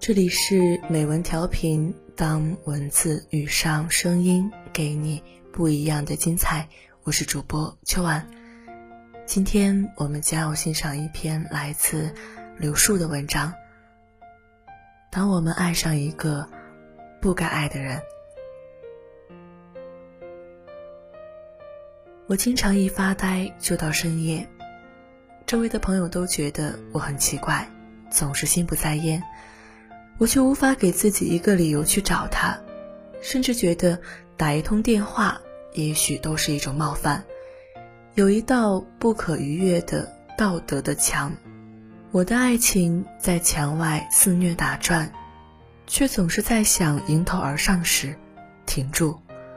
这里是美文调频，当文字遇上声音，给你不一样的精彩。我是主播秋晚。今天我们将要欣赏一篇来自柳树的文章。当我们爱上一个不该爱的人。我经常一发呆就到深夜，周围的朋友都觉得我很奇怪，总是心不在焉，我却无法给自己一个理由去找他，甚至觉得打一通电话也许都是一种冒犯。有一道不可逾越的道德的墙，我的爱情在墙外肆虐打转，却总是在想迎头而上时停住。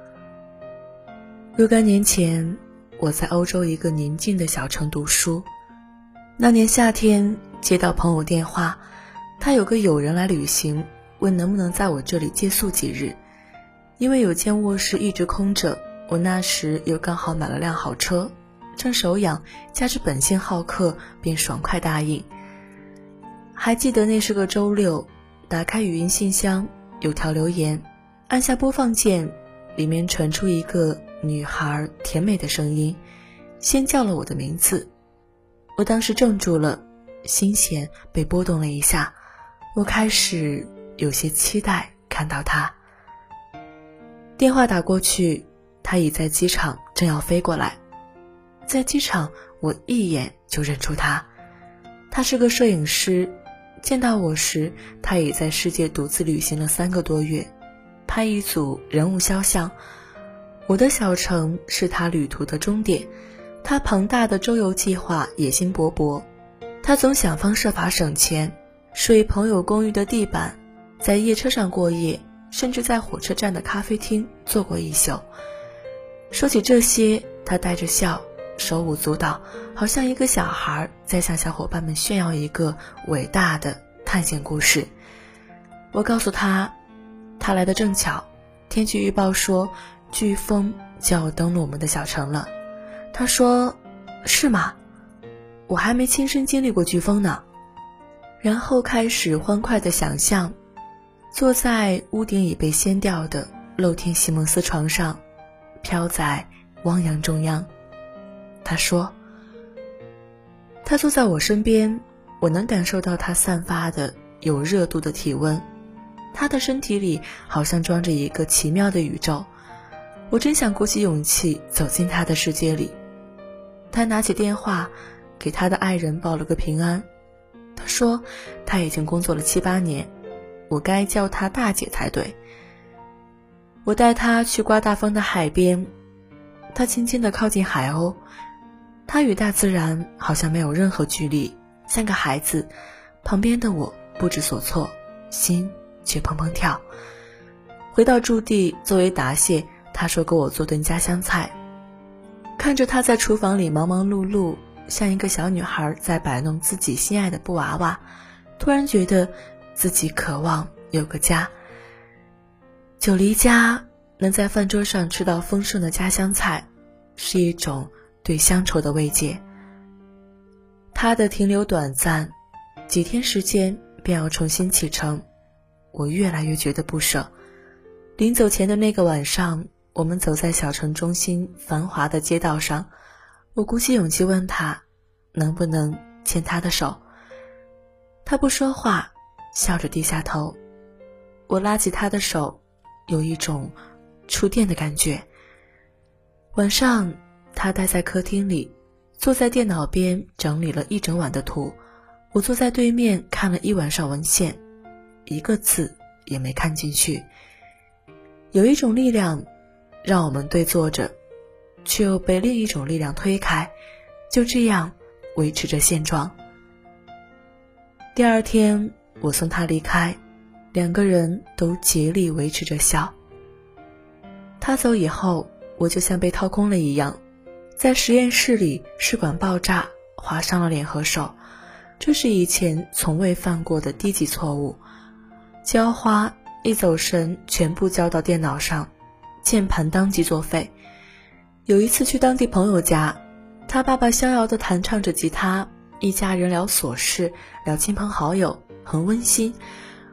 若干年前，我在欧洲一个宁静的小城读书。那年夏天，接到朋友电话，他有个友人来旅行，问能不能在我这里借宿几日。因为有间卧室一直空着，我那时又刚好买了辆好车，正手痒，加之本性好客，便爽快答应。还记得那是个周六，打开语音信箱，有条留言，按下播放键，里面传出一个女孩甜美的声音，先叫了我的名字。我当时怔住了，心弦被波动了一下，我开始有些期待看到他。电话打过去，他已在机场，正要飞过来。在机场，我一眼就认出他。他是个摄影师，见到我时，他已在世界独自旅行了3个多月，拍一组人物肖像。我的小城是他旅途的终点，他庞大的周游计划野心勃勃，他总想方设法省钱，睡朋友公寓的地板，在夜车上过夜，甚至在火车站的咖啡厅坐过一宿。说起这些，他带着笑，手舞足蹈，好像一个小孩在向小伙伴们炫耀一个伟大的探险故事。我告诉他，他来的正巧，天气预报说飓风就要登陆我们的小城了。他说，是吗？我还没亲身经历过飓风呢。然后开始欢快的想象，坐在屋顶已被掀掉的露天席梦思床上，飘在汪洋中央。他说，他坐在我身边，我能感受到他散发的有热度的体温，他的身体里好像装着一个奇妙的宇宙。我真想鼓起勇气走进他的世界里。他拿起电话给他的爱人报了个平安。他说他已经工作了7、8年，我该叫他大姐才对。我带他去刮大风的海边，他轻轻地靠近海鸥，他与大自然好像没有任何距离，像个孩子。旁边的我不知所措，心却砰砰跳。回到驻地，作为答谢，他说给我做顿家乡菜。看着他在厨房里忙忙碌碌，像一个小女孩在摆弄自己心爱的布娃娃，突然觉得自己渴望有个家。久离家，能在饭桌上吃到丰盛的家乡菜，是一种对乡愁的慰藉。他的停留短暂，几天时间便要重新启程，我越来越觉得不舍。临走前的那个晚上，我们走在小城中心繁华的街道上，我鼓起勇气问他能不能牵他的手。他不说话，笑着低下头。我拉起他的手，有一种触电的感觉。晚上，他待在客厅里，坐在电脑边整理了一整晚的图。我坐在对面看了一晚上文献，一个字也没看进去。有一种力量让我们对坐着，却又被另一种力量推开，就这样维持着现状。第二天，我送他离开，2个人都竭力维持着笑。他走以后，我就像被掏空了一样，在实验室里试管爆炸，划伤了脸和手。这是以前从未犯过的低级错误。浇花一走神，全部交到电脑上，键盘当即作废。有一次去当地朋友家，他爸爸逍遥地弹唱着吉他，一家人聊琐事，聊亲朋好友，很温馨。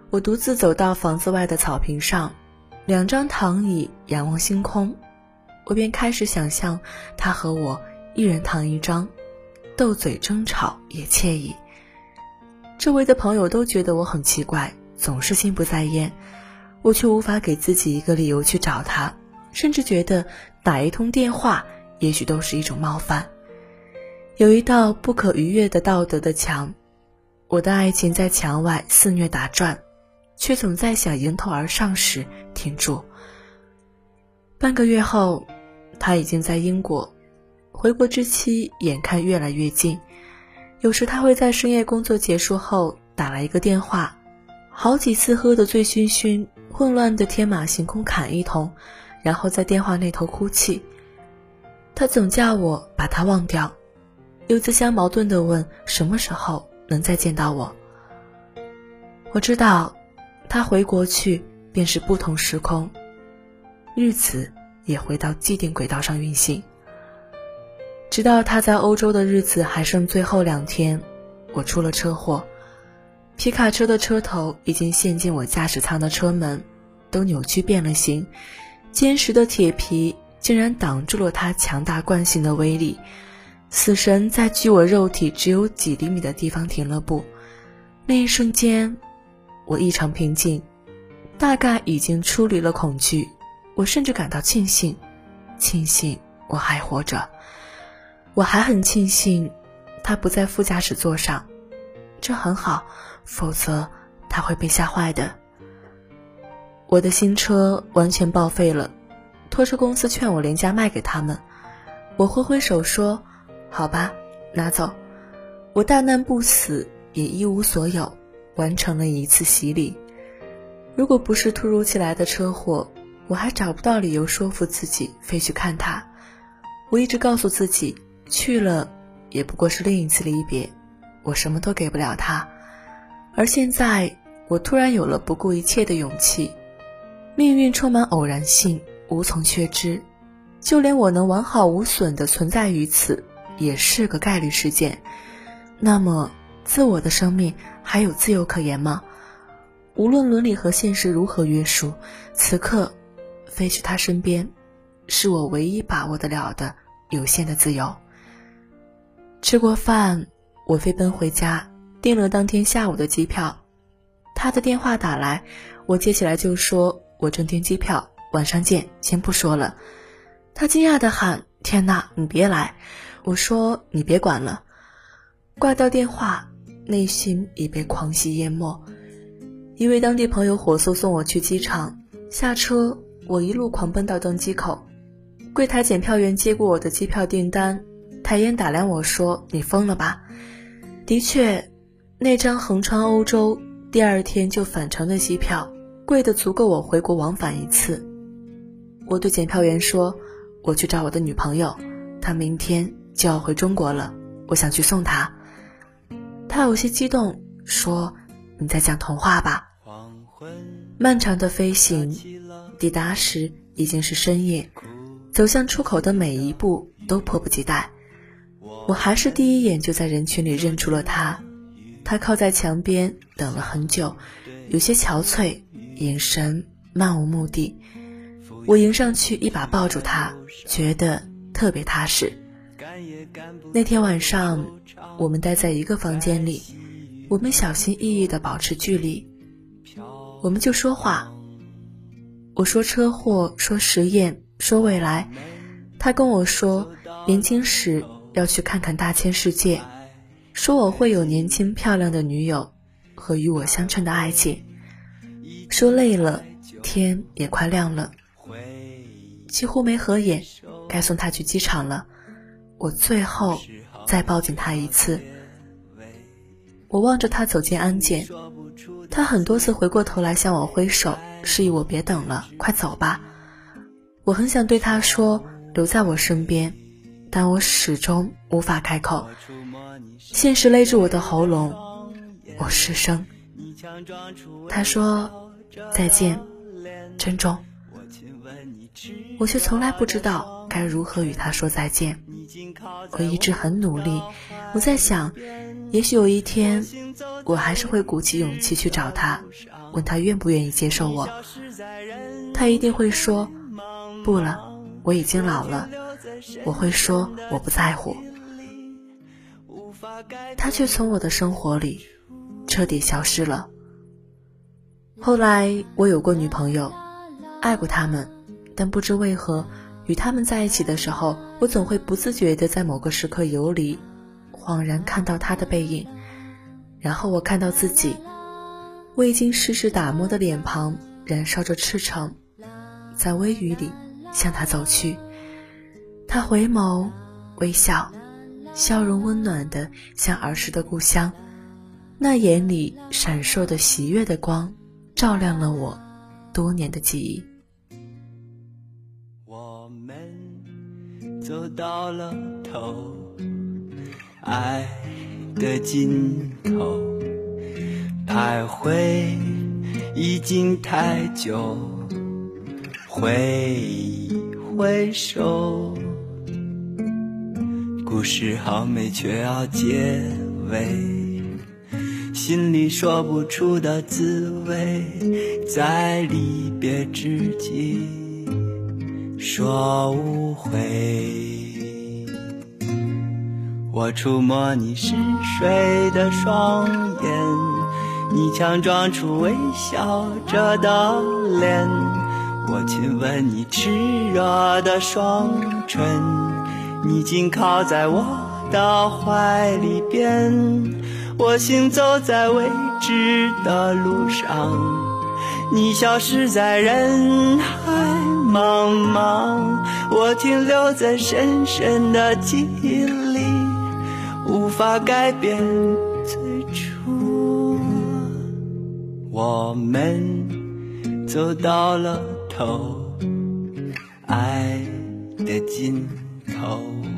我独自走到房子外的草坪上，2张躺椅仰望星空，我便开始想象他和我一人躺一张，斗嘴争吵也惬意。周围的朋友都觉得我很奇怪，总是心不在焉，我却无法给自己一个理由去找他，甚至觉得打一通电话也许都是一种冒犯。有一道不可逾越的道德的墙，我的爱情在墙外肆虐打转，却总在想迎头而上时停住。半个月后，他已经在英国，回国之期眼看越来越近。有时他会在深夜工作结束后打来一个电话，好几次喝得醉醺醺，混乱的天马行空侃一通，然后在电话那头哭泣。他总叫我把他忘掉，又自相矛盾地问什么时候能再见到我。我知道他回国去便是不同时空，日子也回到既定轨道上运行。直到他在欧洲的日子还剩最后2天，我出了车祸，皮卡车的车头已经陷进我驾驶舱的车门，都扭曲变了形，坚实的铁皮竟然挡住了他强大惯性的威力。死神在距我肉体只有几厘米的地方停了步，那一瞬间我异常平静，大概已经出离了恐惧，我甚至感到庆幸我还活着。我还很庆幸他不在副驾驶座上，这很好，否则他会被吓坏的。我的新车完全报废了，拖车公司劝我廉价卖给他们，我挥挥手说好吧，拿走。我大难不死也一无所有，完成了一次洗礼。如果不是突如其来的车祸，我还找不到理由说服自己非去看他。我一直告诉自己，去了也不过是另一次离别，我什么都给不了他。而现在我突然有了不顾一切的勇气。命运充满偶然性，无从确知，就连我能完好无损地存在于此也是个概率事件。那么自我的生命还有自由可言吗？无论伦理和现实如何约束，此刻飞去他身边是我唯一把握得了的有限的自由。吃过饭，我飞奔回家，订了当天下午的机票。他的电话打来，我接起来就说我正订机票，晚上见，先不说了。他惊讶地喊，天哪，你别来。我说你别管了。挂掉电话，内心已被狂喜淹没。一位当地朋友火速送我去机场，下车我一路狂奔到登机口，柜台检票员接过我的机票订单，抬眼打量我说，你疯了吧？的确，那张横穿欧洲第2天就返程的机票贵得足够我回国往返一次。我对检票员说，我去找我的女朋友，她明天就要回中国了，我想去送她。他有些激动说，你在讲童话吧。漫长的飞行抵达时已经是深夜，走向出口的每一步都迫不及待。我还是第一眼就在人群里认出了他，他靠在墙边等了很久，有些憔悴，眼神漫无目的。我迎上去一把抱住他，觉得特别踏实。那天晚上我们待在一个房间里，我们小心翼翼地保持距离，我们就说话。我说车祸，说实验，说未来。他跟我说年轻时要去看看大千世界，说我会有年轻漂亮的女友和与我相称的爱情，说累了，天也快亮了。几乎没合眼，该送他去机场了。我最后再抱紧他一次。我望着他走进安检，他很多次回过头来向我挥手，示意我别等了，快走吧。我很想对他说留在我身边，但我始终无法开口。现实勒住我的喉咙，我失声。他说再见，珍重。我却从来不知道该如何与他说再见。我一直很努力，我在想，也许有一天我还是会鼓起勇气去找他， 问他愿不愿意接受我，他一定会说不了，我已经老了。我会说我不在乎。他却从我的生活里彻底消失了。后来我有过女朋友，爱过他们，但不知为何与他们在一起的时候，我总会不自觉地在某个时刻游离，恍然看到他的背影，然后我看到自己未经世事打磨的脸庞燃烧着赤诚，在微雨里向他走去。他回眸微笑，笑容温暖的像儿时的故乡，那眼里闪烁的喜悦的光照亮了我多年的记忆。 我们走到了头，爱的尽头，徘徊已经太久，挥手，故事好美却要结尾，心里说不出的滋味，在离别之际说无悔。我触摸你嗜睡的双眼，你强装出微笑着的脸，我亲吻你炽热的双唇，你紧靠在我的怀里边，我行走在未知的路上，你消失在人海茫茫，我停留在深深的记忆里，无法改变最初。我们走到了头，爱的尽头。